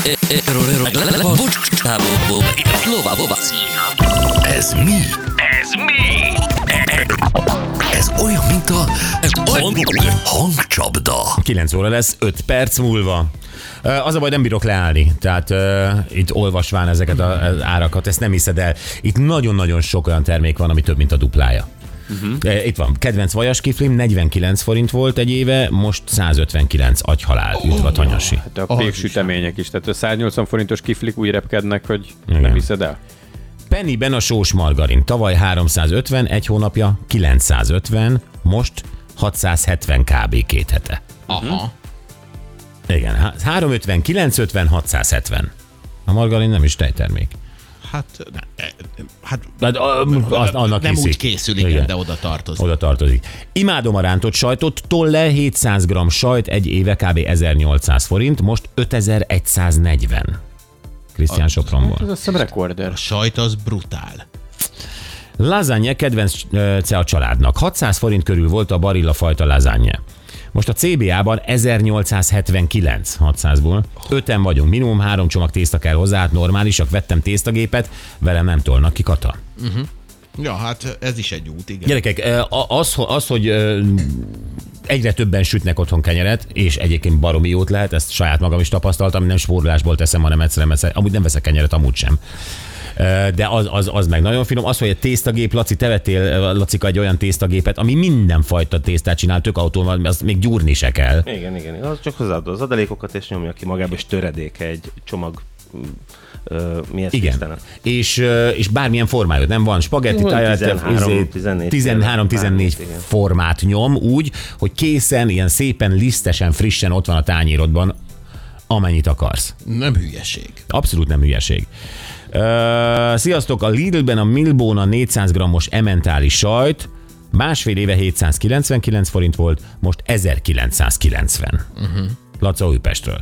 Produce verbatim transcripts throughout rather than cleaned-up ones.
Ez mi? Ez mi? Ez olyan, mint a hangcsapda. kilenc óra lesz, öt perc múlva. Az a baj, nem bírok leállni, tehát uh, itt olvasván ezeket az árakat, ezt nem hiszed el. Itt nagyon-nagyon sok olyan termék van, ami több, mint a duplája. Uh-huh. Itt van, kedvenc vajas kiflim, negyvenkilenc forint volt egy éve, most százötvenkilenc, agyhalál, oh, ütve tanyasi. Hát a péksütemények is, tehát a száznyolcvan forintos kiflik úgy repkednek, hogy igen. Nem hiszed el. Pennyben a sós margarin, tavaly háromszázötven, egy hónapja kilencszázötven, most hatszázhetven kb. Két hete. Aha. Igen, háromszázötven, kilencszázötven, hatszázhetven. A margarin nem is tejtermék. Hát, ne, hát hát a, az, annak nem hiszik. úgy készül, igen, igen, de oda tartozik. Oda tartozik. Imádom a rántott sajtot, Tolle hétszáz gramm sajt egy éve kb. ezernyolcszáz forint, most ötezer-száznegyven. Krisztián Sopronból. Ez azt hiszem rekorder. A sajt az brutál. Lasagne kedvence a családnak. hatszáz forint körül volt a Barilla fajta lasagne. Most a cé bé á-ban ezernyolcszázhetvenkilenc hatszázból. Öten vagyunk, minimum három csomag tészta kell hozzá, hát normálisak, vettem tésztagépet, velem nem tolnak ki, Kata. Uh-huh. Ja, hát ez is egy út, igen. Gyerekek, az, az hogy egyre többen sütnek otthon kenyeret, és egyébként baromi jót lehet, ezt saját magam is tapasztaltam, nem spórolásból teszem, hanem egyszerűen, egyszerűen, amúgy nem veszek kenyeret, amúgy sem. De az, az, az meg nagyon finom. Az, hogy egy tésztagép, Laci, te vettél, Lacika, egy olyan tésztagépet, ami mindenfajta tésztát csinál, tök autóval, mert azt még gyúrni se kell. Igen, igen. Az csak hozzáadod az adalékokat, és nyomja ki magába, és töredéke egy csomag. Uh, mi ezt igen. És, és bármilyen formáját, nem van spagetti, tizenhárom tizennégy formát nyom úgy, hogy készen, ilyen szépen, lisztesen, frissen ott van a tányérodban, amennyit akarsz. Nem hülyeség. Abszolút nem hülyeség. Uh, sziasztok, a Lidlben a Milbona négyszáz grammos ementális sajt másfél éve hétszázkilencvenkilenc forint volt, most ezerkilencszázkilencven. Uh-huh. Laca Újpestről.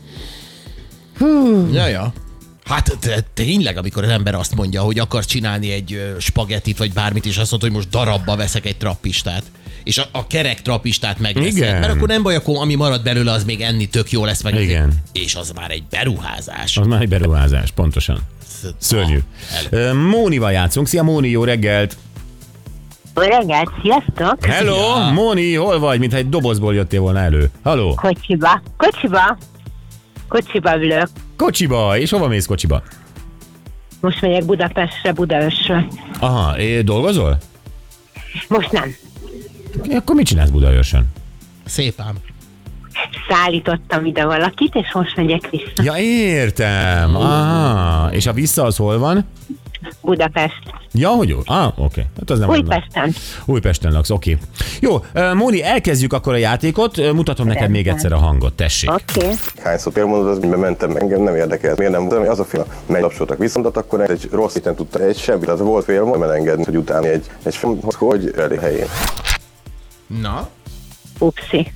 Hú. Ja, ja. Hát tényleg, amikor az ember azt mondja, hogy akar csinálni egy spagettit, vagy bármit, és azt mondja, hogy most darabba veszek egy trappistát, és a, a kerek trappistát megveszed, mert akkor nem baj, akkor ami marad belőle, az még enni tök jó lesz, meg igen. És az már egy beruházás. Az már egy beruházás, pontosan. Szörnyű. Ah, Mónival játszunk. Szia Móni, jó reggelt! Jó reggelt, sziasztok! Hello, Szia. Móni, hol vagy? Mintha egy dobozból jöttél volna elő. Halló? Kocsiba, kocsiba, kocsiba ülök. Kocsiba? És hova mész kocsiba? Most megyek Budapestre, Budaörsre. Aha, dolgozol? Most nem. Akkor mit csinálsz Budaörsön? Szépen. Szállítottam ide valakit, és most megyek vissza. Ja, értem. Aha. És a vissza az hol van? Budapest. Ja, hogy jó? Ah, oké. Okay. Hát az nem Újpesten. Mondom. Újpesten laksz, oké. Okay. Jó, Móni, elkezdjük akkor a játékot. Mutatom neked Rendben. még egyszer a hangot, tessék. Oké. Okay. Hányszor elmondod, az miben mentem, engem nem érdekelt. Miért nem volt? Az a film, mely lapsoltak viszont, akkor egy rossz héten tudta, egy semmi. Az volt fél, nem elengedni, hogy utána egy, egy film, hogy elég helyén. Na? Upsi.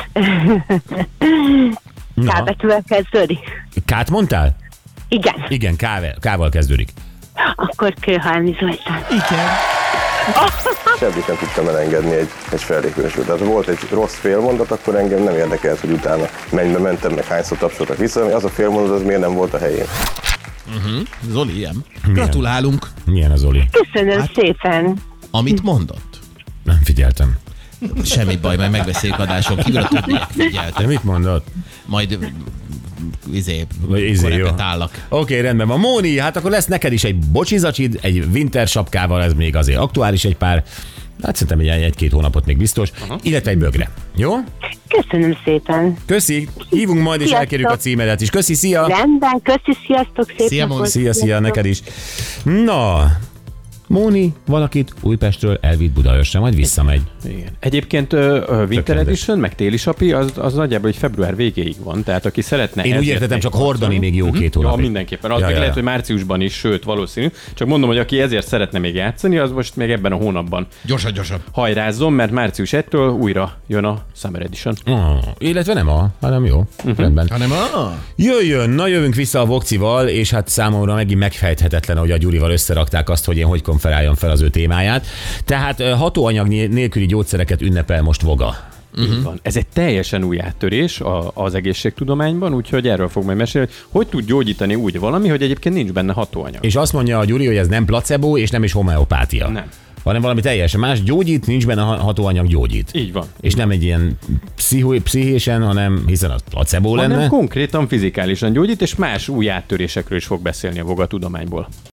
Kábetűvel kezdődik. Kát mondtál? Igen. Igen, káve, kával kezdődik. Akkor Kőhalmi Zoltán. Igen. Semmit nem tudtam elengedni egy, egy fellépésről. Tehát volt egy rossz félmondat, akkor engem nem érdekelt, hogy utána mennybe mentem, meg hányszor tapsoltak vissza, az a félmondat az miért nem volt a helyén. Uh-huh. Zoli, ilyen. Milyen? Gratulálunk. Milyen a Zoli? Köszönöm hát, szépen. Amit mondott? Nem figyeltem. Semmi baj, majd megbeszéljük adáson kívül, a többiek figyeltek. Mit mondott? Majd izé, izé repetálak. Oké, okay, rendben van. Móni, hát akkor lesz neked is egy bocsizacsid, egy winter sapkával, ez még azért aktuális egy pár, hát szerintem egy, egy-két hónapot még biztos, uh-huh. illetve egy bögre. Jó? Köszönöm szépen. Köszi, hívunk majd, és elkérjük a címedet is. Köszi, szia! Rendben, köszi, sziasztok, szép szia, napot. Szia, szia, neked is. Na, Móni valakit Újpestről elvitt Budaörsre, majd visszamegy. Igen. Egyébként uh, Winter Edition, meg téli sapi, az, az nagyjából egy február végéig van, tehát aki szeretne... Én úgy értettem, csak hordani még jó két hónapig. Ja, mindenképpen. Az ja, még ja. lehet, hogy márciusban is, sőt, valószínű. Csak mondom, hogy aki ezért szeretne még játszani, az most még ebben a hónapban gyorsan, gyorsan hajrázzon, mert március elsejétől újra jön a Summer Edition. Oh, illetve nem a, hanem jó. Uh-huh. Rendben. Hanem a... Jöjjön, na jövünk vissza a Vokcival, és hát számomra megint megfejthetetlen, hogy a Gyurival összerakták azt, hogy én hogy konferáljon fel az ő témáját. Tehát hatóanyag nélküli gyógyszereket ünnepel most Voga. Így van. Ez egy teljesen új áttörés a, az egészségtudományban, úgyhogy erről fog majd mesélni, hogy hogy tud gyógyítani úgy valami, hogy egyébként nincs benne hatóanyag. És azt mondja a Gyuri, hogy ez nem placebo, és nem is homeopátia. Nem. Hanem valami teljesen más, gyógyít, nincs benne hatóanyag, gyógyít. Így van. És nem egy ilyen pszichó, pszichésen, hanem hiszen az placebo lenne. Hanem konkrétan fizikálisan gyógyít, és más új áttörésekről is fog beszélni a vogatudományból.